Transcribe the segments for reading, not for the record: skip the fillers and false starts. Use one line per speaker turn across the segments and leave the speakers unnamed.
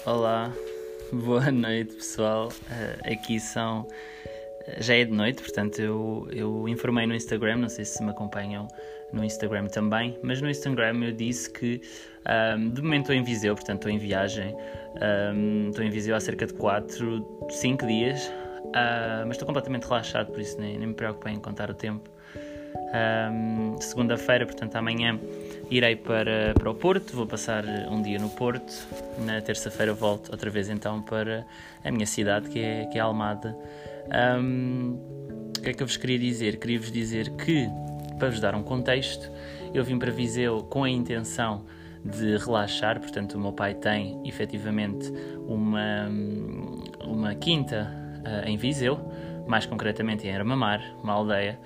Olá, boa noite pessoal. Aqui já é de noite, portanto eu informei no Instagram, não sei se me acompanham no Instagram também, mas no Instagram eu disse que de momento estou em Viseu, portanto estou em viagem, estou em Viseu há cerca de 5 dias, mas estou completamente relaxado, por isso nem me preocupei em contar o tempo. Segunda-feira, portanto amanhã, irei para o Porto, vou passar um dia no Porto. Na terça-feira volto outra vez então para a minha cidade, que é Almada. O que é que eu vos queria dizer? Queria-vos dizer que, para vos dar um contexto, eu vim para Viseu com a intenção de relaxar. Portanto, o meu pai tem efetivamente uma quinta em Viseu, mais concretamente em Armamar, uma aldeia.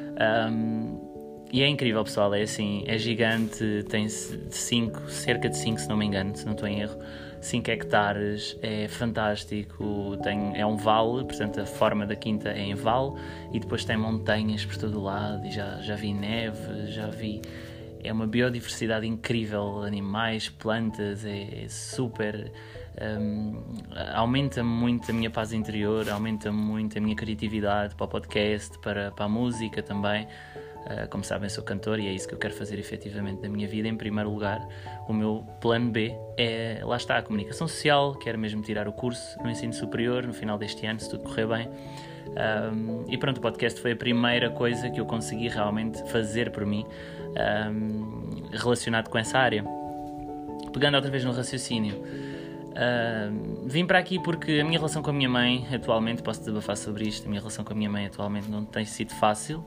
E é incrível, pessoal, é assim, é gigante, tem cerca de 5, se não me engano, se não estou em erro, 5 hectares, é fantástico, é um vale, portanto a forma da quinta é em vale, e depois tem montanhas por todo o lado, e já vi neve, é uma biodiversidade incrível, animais, plantas, é super... aumenta muito a minha paz interior, aumenta muito a minha criatividade para o podcast, para a música também. Como sabem, sou cantor e é isso que eu quero fazer efetivamente na minha vida. Em primeiro lugar, o meu plano B é, lá está, a comunicação social. Quero mesmo tirar o curso no ensino superior no final deste ano, se tudo correr bem. E pronto, o podcast foi a primeira coisa que eu consegui realmente fazer por mim, relacionado com essa área. Pegando outra vez no raciocínio, vim para aqui porque a minha relação com a minha mãe atualmente, posso desabafar sobre isto, a minha relação com a minha mãe atualmente não tem sido fácil.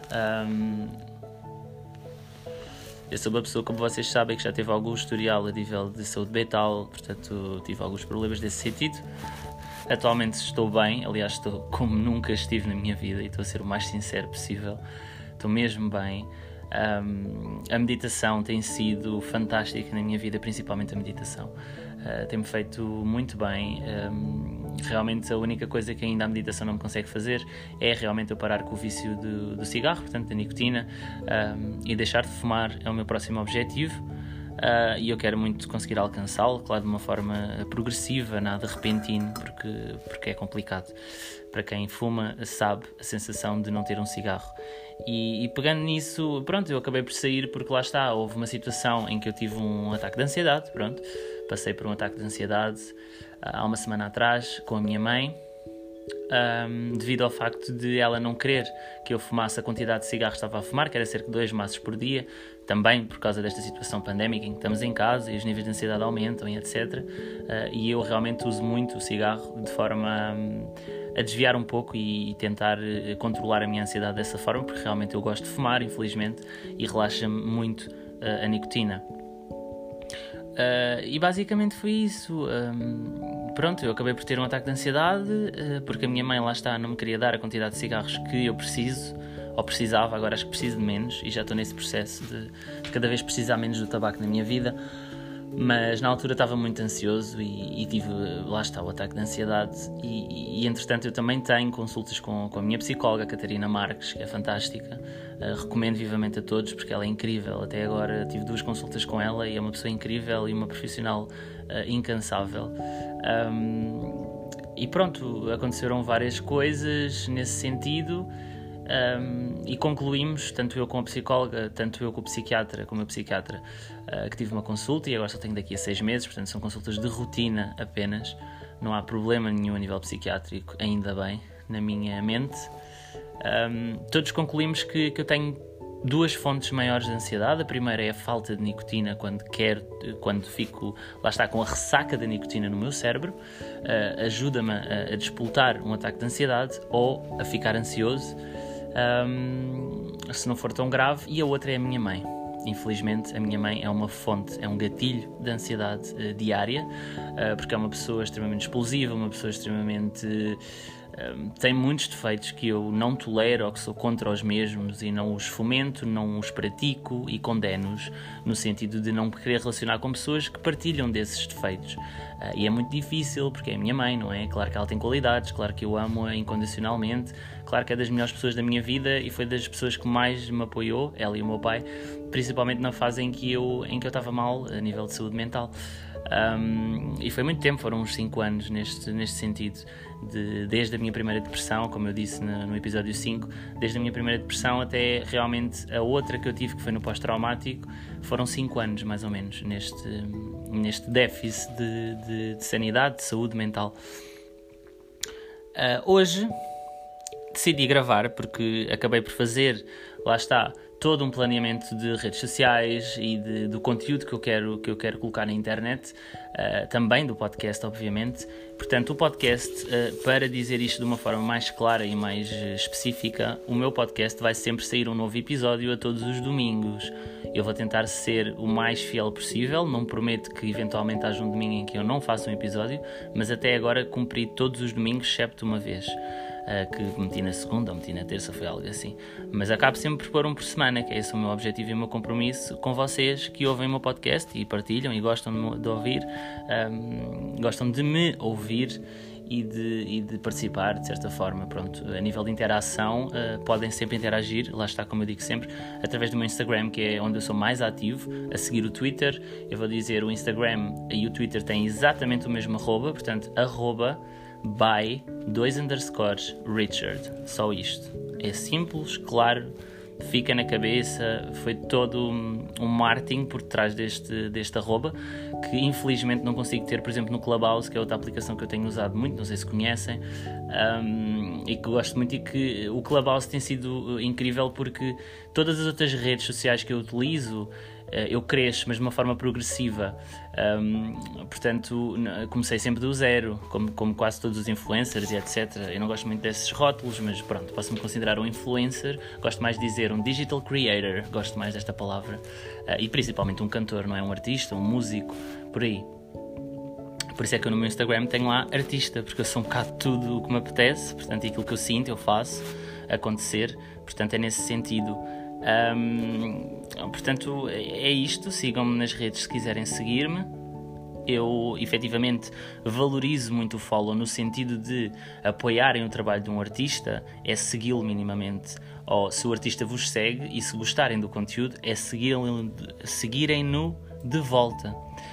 Eu sou uma pessoa, como vocês sabem, que já teve algum historial a nível de saúde mental, portanto tive alguns problemas nesse sentido. Atualmente estou bem, aliás estou como nunca estive na minha vida, e estou a ser o mais sincero possível, estou mesmo bem. A meditação tem sido fantástica na minha vida, principalmente a meditação. Tem-me feito muito bem. Realmente a única coisa que ainda a meditação não me consegue fazer é realmente eu parar com o vício do cigarro, portanto da nicotina, e deixar de fumar é o meu próximo objetivo. E eu quero muito conseguir alcançá-lo, claro, de uma forma progressiva, nada repentino, porque é complicado. Para quem fuma sabe a sensação de não ter um cigarro. E pegando nisso, pronto, eu acabei por sair porque lá está, houve uma situação em que eu tive um ataque de ansiedade, pronto, passei por um ataque de ansiedade há uma semana atrás com a minha mãe, devido ao facto de ela não querer que eu fumasse a quantidade de cigarros que estava a fumar, que era cerca de 2 maços por dia, também por causa desta situação pandémica em que estamos em casa e os níveis de ansiedade aumentam e etc. E eu realmente uso muito o cigarro de forma a desviar um pouco e tentar controlar a minha ansiedade dessa forma, porque realmente eu gosto de fumar, infelizmente, e relaxa-me muito a nicotina. E basicamente foi isso. Pronto, eu acabei por ter um ataque de ansiedade porque a minha mãe, lá está, não me queria dar a quantidade de cigarros que eu preciso, ou precisava, agora acho que preciso de menos, e já estou nesse processo de cada vez precisar menos do tabaco na minha vida. Mas na altura estava muito ansioso e tive, lá está, o ataque de ansiedade, e entretanto eu também tenho consultas com a minha psicóloga, Catarina Marques, que é fantástica. Recomendo vivamente a todos porque ela é incrível. Até agora tive 2 consultas com ela e é uma pessoa incrível e uma profissional incansável. E pronto, aconteceram várias coisas nesse sentido. E concluímos, tanto eu com a psicóloga, tanto eu com o psiquiatra, que tive uma consulta e agora só tenho daqui a 6 meses, portanto são consultas de rotina apenas, não há problema nenhum a nível psiquiátrico, ainda bem, na minha mente. Todos concluímos que eu tenho 2 fontes maiores de ansiedade. A primeira é a falta de nicotina quando fico, lá está, com a ressaca da nicotina no meu cérebro, ajuda-me a despoltar um ataque de ansiedade ou a ficar ansioso, se não for tão grave. E a outra é a minha mãe. Infelizmente a minha mãe é uma fonte, é um gatilho de ansiedade diária, porque é uma pessoa extremamente explosiva, uma pessoa extremamente... tem muitos defeitos que eu não tolero ou que sou contra os mesmos e não os fomento, não os pratico e condeno-os, no sentido de não querer relacionar com pessoas que partilham desses defeitos. E é muito difícil porque é a minha mãe, não é? Claro que ela tem qualidades, claro que eu amo-a incondicionalmente, claro que é das melhores pessoas da minha vida e foi das pessoas que mais me apoiou, ela e o meu pai, principalmente na fase em que eu estava mal a nível de saúde mental. E foi muito tempo, foram uns 5 anos neste sentido, desde a minha primeira depressão, como eu disse no episódio 5, desde a minha primeira depressão até realmente a outra que eu tive, que foi no pós-traumático, foram 5 anos mais ou menos neste déficit de sanidade, de saúde mental. Hoje decidi gravar porque acabei por fazer, lá está, todo um planeamento de redes sociais e do conteúdo que eu quero colocar na internet, também do podcast, obviamente. Portanto, o podcast, para dizer isto de uma forma mais clara e mais específica, o meu podcast vai sempre sair um novo episódio a todos os domingos. Eu vou tentar ser o mais fiel possível, não prometo que eventualmente haja um domingo em que eu não faça um episódio, mas até agora cumpri todos os domingos, excepto uma vez, que meti na segunda ou meti na terça, foi algo assim. Mas acabo sempre por pôr um por semana, que é esse o meu objetivo e o meu compromisso com vocês que ouvem o meu podcast e partilham e gostam de ouvir, gostam de me ouvir e de participar de certa forma. Pronto, a nível de interação, podem sempre interagir, lá está, como eu digo sempre, através do meu Instagram, que é onde eu sou mais ativo, a seguir o Twitter. Eu vou dizer, o Instagram e o Twitter têm exatamente o mesmo arroba, portanto, arroba by _Richard, só isto, é simples, claro, fica na cabeça, foi todo um marketing por trás deste arroba, que infelizmente não consigo ter, por exemplo, no Clubhouse, que é outra aplicação que eu tenho usado muito, não sei se conhecem, e que gosto muito, e que o Clubhouse tem sido incrível porque todas as outras redes sociais que eu utilizo, eu cresço, mas de uma forma progressiva. Portanto, comecei sempre do zero, como quase todos os influencers e etc. Eu não gosto muito desses rótulos, mas pronto, posso-me considerar um influencer. Gosto mais de dizer um digital creator, gosto mais desta palavra. E principalmente um cantor, não é? Um artista, um músico, por aí. Por isso é que eu no meu Instagram tenho lá artista, porque eu sou um bocado tudo o que me apetece, portanto, aquilo que eu sinto, eu faço acontecer, portanto, é nesse sentido. Portanto, é isto. Sigam-me nas redes se quiserem seguir-me. Eu efetivamente valorizo muito o follow, no sentido de apoiarem o trabalho de um artista, é segui-lo minimamente, ou se o artista vos segue e se gostarem do conteúdo, é seguirem-no de volta.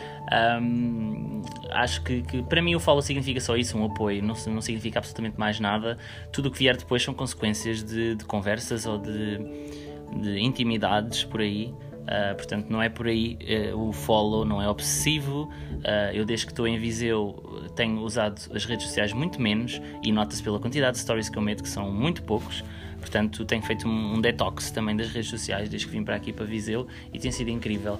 Acho que para mim o follow significa só isso, um apoio, não significa absolutamente mais nada. Tudo o que vier depois são consequências de conversas ou de intimidades por aí. Portanto, não é por aí. O follow não é obsessivo. Eu, desde que estou em Viseu, tenho usado as redes sociais muito menos, e nota-se pela quantidade de stories que eu meto, que são muito poucos. Portanto, tenho feito um detox também das redes sociais desde que vim para aqui, para Viseu, e tem sido incrível.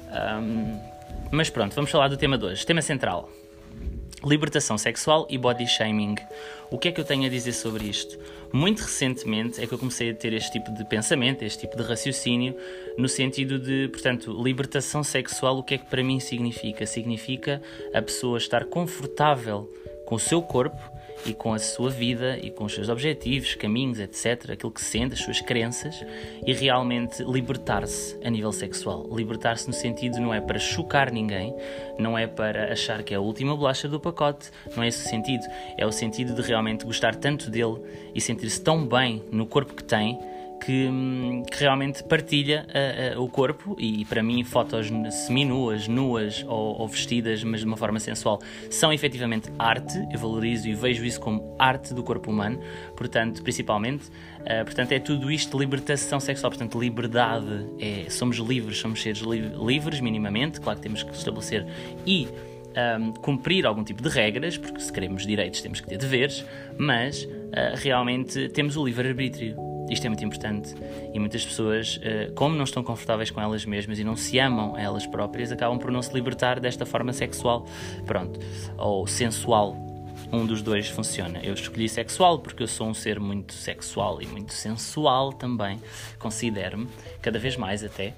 Mas pronto, vamos falar do tema de hoje. Tema central: libertação sexual e body shaming. O que é que eu tenho a dizer sobre isto? Muito recentemente é que eu comecei a ter este tipo de pensamento, este tipo de raciocínio, no sentido de, portanto, libertação sexual, o que é que para mim significa? Significa a pessoa estar confortável com o seu corpo e com a sua vida e com os seus objetivos, caminhos, etc., aquilo que sente, as suas crenças, e realmente libertar-se a nível sexual. Libertar-se no sentido, não é para chocar ninguém, não é para achar que é a última bolacha do pacote, não é esse o sentido. É o sentido de realmente gostar tanto dele e sentir-se tão bem no corpo que tem, que realmente partilha o corpo. E para mim, fotos seminuas, nuas ou vestidas, mas de uma forma sensual, são efetivamente arte. Eu valorizo e vejo isso como arte do corpo humano, portanto, principalmente. Portanto, é tudo isto, libertação sexual, portanto, liberdade. Somos livres, somos seres livres minimamente, claro que temos que estabelecer e cumprir algum tipo de regras, porque se queremos direitos temos que ter deveres, mas realmente temos o livre-arbítrio. Isto é muito importante, e muitas pessoas, como não estão confortáveis com elas mesmas e não se amam a elas próprias, acabam por não se libertar desta forma sexual, pronto, ou sensual. Um dos dois funciona. Eu escolhi sexual porque eu sou um ser muito sexual e muito sensual também, considero-me, cada vez mais até.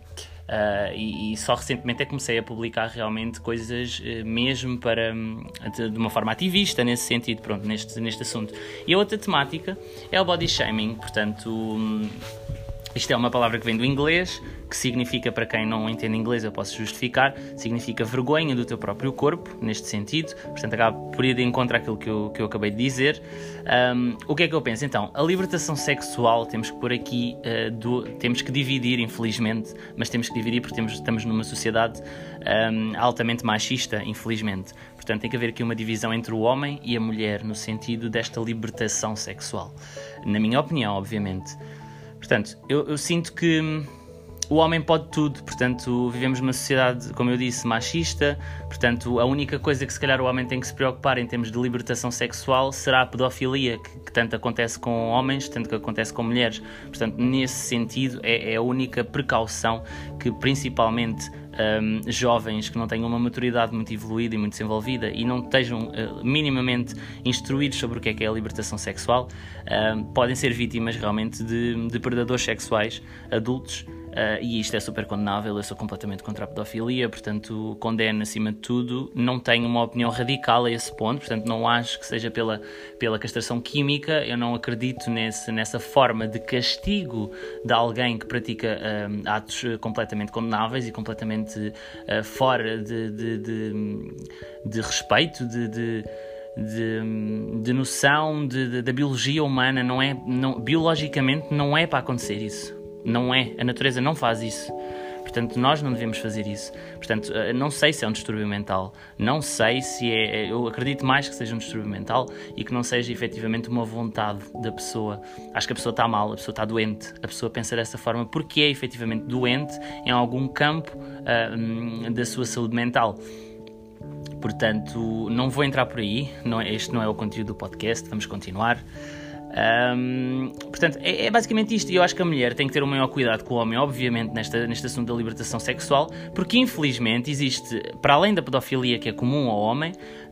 E só recentemente é que comecei a publicar realmente coisas mesmo de uma forma ativista nesse sentido, pronto, neste assunto. E a outra temática é o body shaming, portanto, Isto é uma palavra que vem do inglês, que significa, para quem não entende inglês, eu posso justificar, significa vergonha do teu próprio corpo, neste sentido. Portanto, acaba por ir de encontro àquilo que eu acabei de dizer. O que é que eu penso? Então, a libertação sexual, temos que pôr aqui, temos que dividir, infelizmente, mas temos que dividir porque estamos numa sociedade altamente machista, infelizmente. Portanto, tem que haver aqui uma divisão entre o homem e a mulher, no sentido desta libertação sexual. Na minha opinião, obviamente. Portanto, eu sinto que o homem pode tudo, portanto, vivemos numa sociedade, como eu disse, machista, portanto, a única coisa que se calhar o homem tem que se preocupar em termos de libertação sexual será a pedofilia, que tanto acontece com homens, tanto que acontece com mulheres. Portanto, nesse sentido, é a única precaução que principalmente jovens que não tenham uma maturidade muito evoluída e muito desenvolvida e não estejam minimamente instruídos sobre o que é a libertação sexual, podem ser vítimas realmente de predadores sexuais adultos. E isto é super condenável. Eu sou completamente contra a pedofilia, portanto condeno acima de tudo. Não tenho uma opinião radical a esse ponto, portanto não acho que seja pela castração química. Eu não acredito nessa forma de castigo de alguém que pratica atos completamente condenáveis e completamente fora de respeito, de noção da biologia humana. Biologicamente não é para acontecer isso. Não é, a natureza não faz isso. Portanto, nós não devemos fazer isso. Portanto, não sei se é um distúrbio mental. Não sei se é... Eu acredito mais que seja um distúrbio mental e que não seja efetivamente uma vontade da pessoa. Acho que a pessoa está mal, a pessoa está doente. A pessoa pensa dessa forma porque é efetivamente doente em algum campo da sua saúde mental. Portanto, não vou entrar por aí. Este não é o conteúdo do podcast. Vamos continuar. Portanto, é basicamente isto. E eu acho que a mulher tem que ter o maior cuidado com o homem, obviamente, neste assunto da libertação sexual, porque infelizmente existe, para além da pedofilia que é comum ao homem,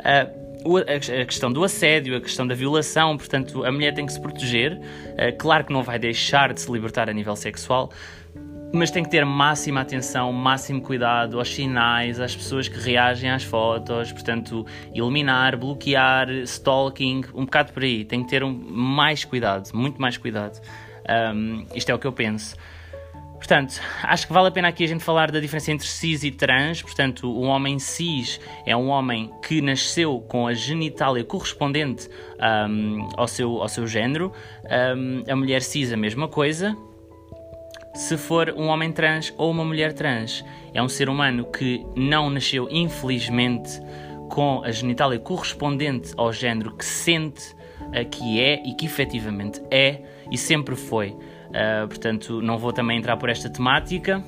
a questão do assédio, a questão da violação. Portanto, a mulher tem que se proteger. Claro que não vai deixar de se libertar a nível sexual, mas tem que ter máxima atenção, máximo cuidado aos sinais, às pessoas que reagem às fotos. Portanto, eliminar, bloquear, stalking, um bocado por aí. Tem que ter mais cuidado, muito mais cuidado. Isto é o que eu penso. Portanto, acho que vale a pena aqui a gente falar da diferença entre cis e trans. Portanto, o homem cis é um homem que nasceu com a genitália correspondente ao seu género. A mulher cis a mesma coisa. Se for um homem trans ou uma mulher trans, é um ser humano que não nasceu, infelizmente, com a genitália correspondente ao género que sente que é e que efetivamente é e sempre foi. Portanto, não vou também entrar por esta temática.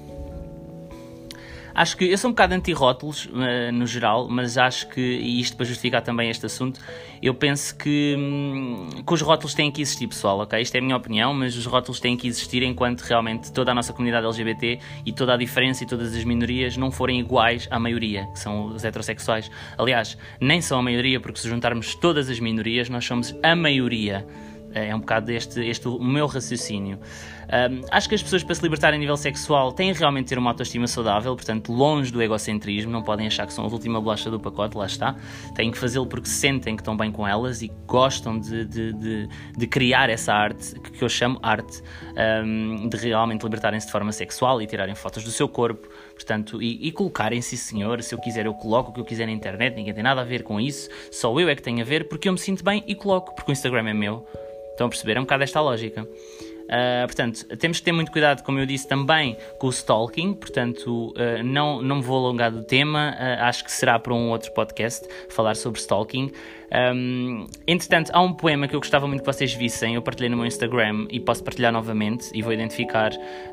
Acho que eu sou um bocado anti-rótulos no geral, mas acho que, e isto para justificar também este assunto, eu penso que os rótulos têm que existir, pessoal, ok? Isto é a minha opinião, mas os rótulos têm que existir enquanto realmente toda a nossa comunidade LGBT e toda a diferença e todas as minorias não forem iguais à maioria, que são os heterossexuais. Aliás, nem são a maioria, porque se juntarmos todas as minorias, nós somos a maioria. É um bocado este o meu raciocínio. Acho que as pessoas, para se libertarem a nível sexual, têm realmente de ter uma autoestima saudável, portanto, longe do egocentrismo. Não podem achar que são a última bolacha do pacote, lá está. Têm que fazê-lo porque sentem que estão bem com elas e gostam de criar essa arte, que eu chamo arte, de realmente libertarem-se de forma sexual e tirarem fotos do seu corpo, portanto, e colocarem-se, senhor, se eu quiser eu coloco o que eu quiser na internet, ninguém tem nada a ver com isso, só eu é que tenho a ver, porque eu me sinto bem e coloco, porque o Instagram é meu. Estão a perceber? É um bocado esta a lógica. Portanto, temos que ter muito cuidado, como eu disse, também com o stalking. Portanto, não me vou alongar do tema. Acho que será para um outro podcast falar sobre stalking. Entretanto, há um poema que eu gostava muito que vocês vissem. Eu partilhei no meu Instagram e posso partilhar novamente e vou identificar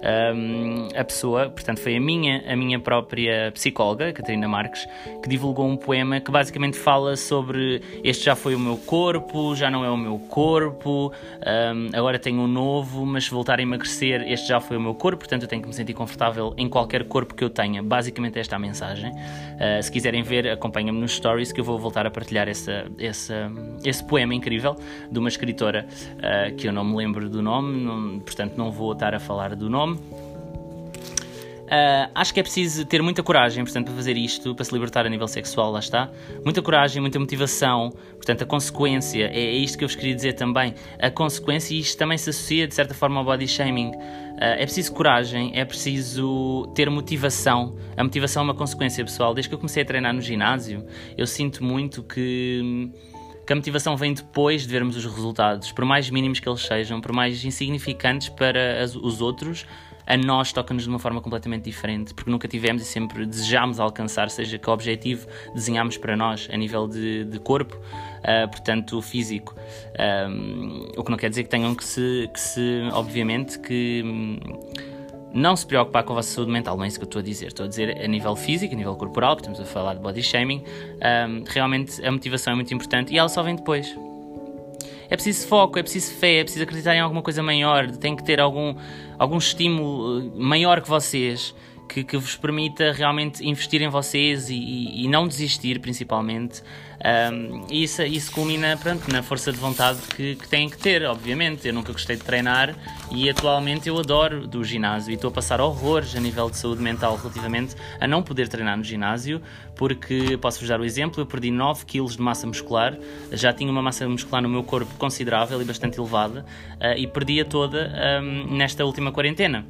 a pessoa. Portanto, foi a minha própria psicóloga, Catarina Marques, que divulgou um poema que basicamente fala sobre: este já foi o meu corpo, já não é o meu corpo, agora tenho um novo, mas se voltar a emagrecer, este já foi o meu corpo, portanto eu tenho que me sentir confortável em qualquer corpo que eu tenha. Basicamente esta é a mensagem. Se quiserem ver, acompanha-me nos stories, que eu vou voltar a partilhar esse poema incrível de uma escritora que eu não me lembro do nome, portanto não vou estar a falar do nome. Acho que é preciso ter muita coragem, portanto, para fazer isto, para se libertar a nível sexual, lá está. Muita coragem, muita motivação, portanto, a consequência, é isto que eu vos queria dizer também, a consequência, e isto também se associa, de certa forma, ao body shaming. É preciso coragem, é preciso ter motivação. A motivação é uma consequência, pessoal. Desde que eu comecei a treinar no ginásio, eu sinto muito que a motivação vem depois de vermos os resultados, por mais mínimos que eles sejam, por mais insignificantes para os outros, a nós toca-nos de uma forma completamente diferente, porque nunca tivemos e sempre desejámos alcançar, seja que objetivo desenhámos para nós, a nível de corpo, portanto físico. O que não quer dizer que tenham que se obviamente, que não se preocupar com a vossa saúde mental, não é isso que eu estou a dizer. Estou a dizer a nível físico, a nível corporal, porque estamos a falar de body shaming. Realmente a motivação é muito importante e ela só vem depois. É preciso foco, é preciso fé, é preciso acreditar em alguma coisa maior, tem que ter algum estímulo maior que vocês, que vos permita realmente investir em vocês e não desistir, principalmente. E isso culmina, pronto, na força de vontade que têm que ter, obviamente. Eu nunca gostei de treinar e atualmente eu adoro do ginásio e estou a passar horrores a nível de saúde mental relativamente a não poder treinar no ginásio, porque, posso-vos dar o exemplo, eu perdi 9 kg de massa muscular, já tinha uma massa muscular no meu corpo considerável e bastante elevada, e perdi-a toda nesta última quarentena.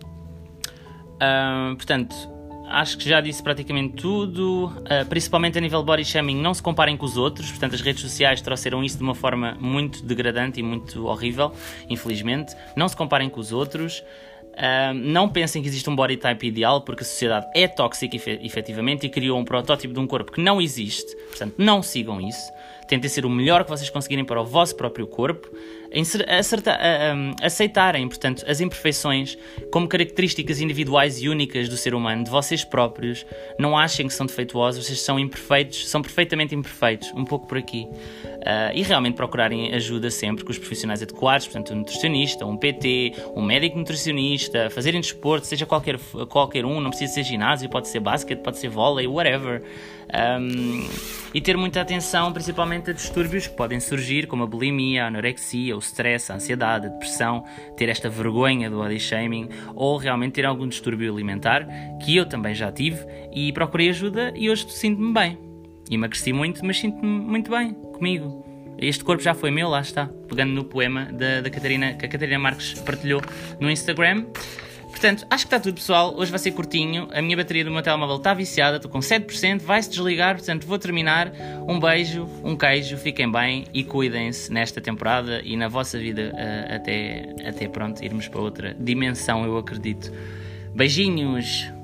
Portanto, acho que já disse praticamente tudo, principalmente a nível body shaming. Não se comparem com os outros, portanto as redes sociais trouxeram isso de uma forma muito degradante e muito horrível, infelizmente. Não se comparem com os outros, não pensem que existe um body type ideal, porque a sociedade é tóxica efetivamente e criou um protótipo de um corpo que não existe, portanto não sigam isso. Tentem ser o melhor que vocês conseguirem para o vosso próprio corpo, aceitarem, portanto, as imperfeições como características individuais e únicas do ser humano, de vocês próprios. Não achem que são defeituosos, vocês são imperfeitos, são perfeitamente imperfeitos, um pouco por aqui. E realmente procurarem ajuda sempre com os profissionais adequados, portanto, um nutricionista, um PT, um médico nutricionista, fazerem desporto, seja qualquer um, não precisa ser ginásio, pode ser basquete, pode ser vôlei, whatever. E ter muita atenção principalmente a distúrbios que podem surgir, como a bulimia, a anorexia, o stress, a ansiedade, a depressão, ter esta vergonha do body shaming, ou realmente ter algum distúrbio alimentar, que eu também já tive, e procurei ajuda e hoje sinto-me bem. Emagreci muito, mas sinto-me muito bem comigo. Este corpo já foi meu, lá está, pegando no poema da Catarina, que a Catarina Marques partilhou no Instagram. Portanto, acho que está tudo, pessoal. Hoje vai ser curtinho. A minha bateria do meu telemóvel está viciada, estou com 7%, vai-se desligar, portanto vou terminar. Um beijo, um queijo, fiquem bem e cuidem-se nesta temporada e na vossa vida até pronto, irmos para outra dimensão, eu acredito. Beijinhos!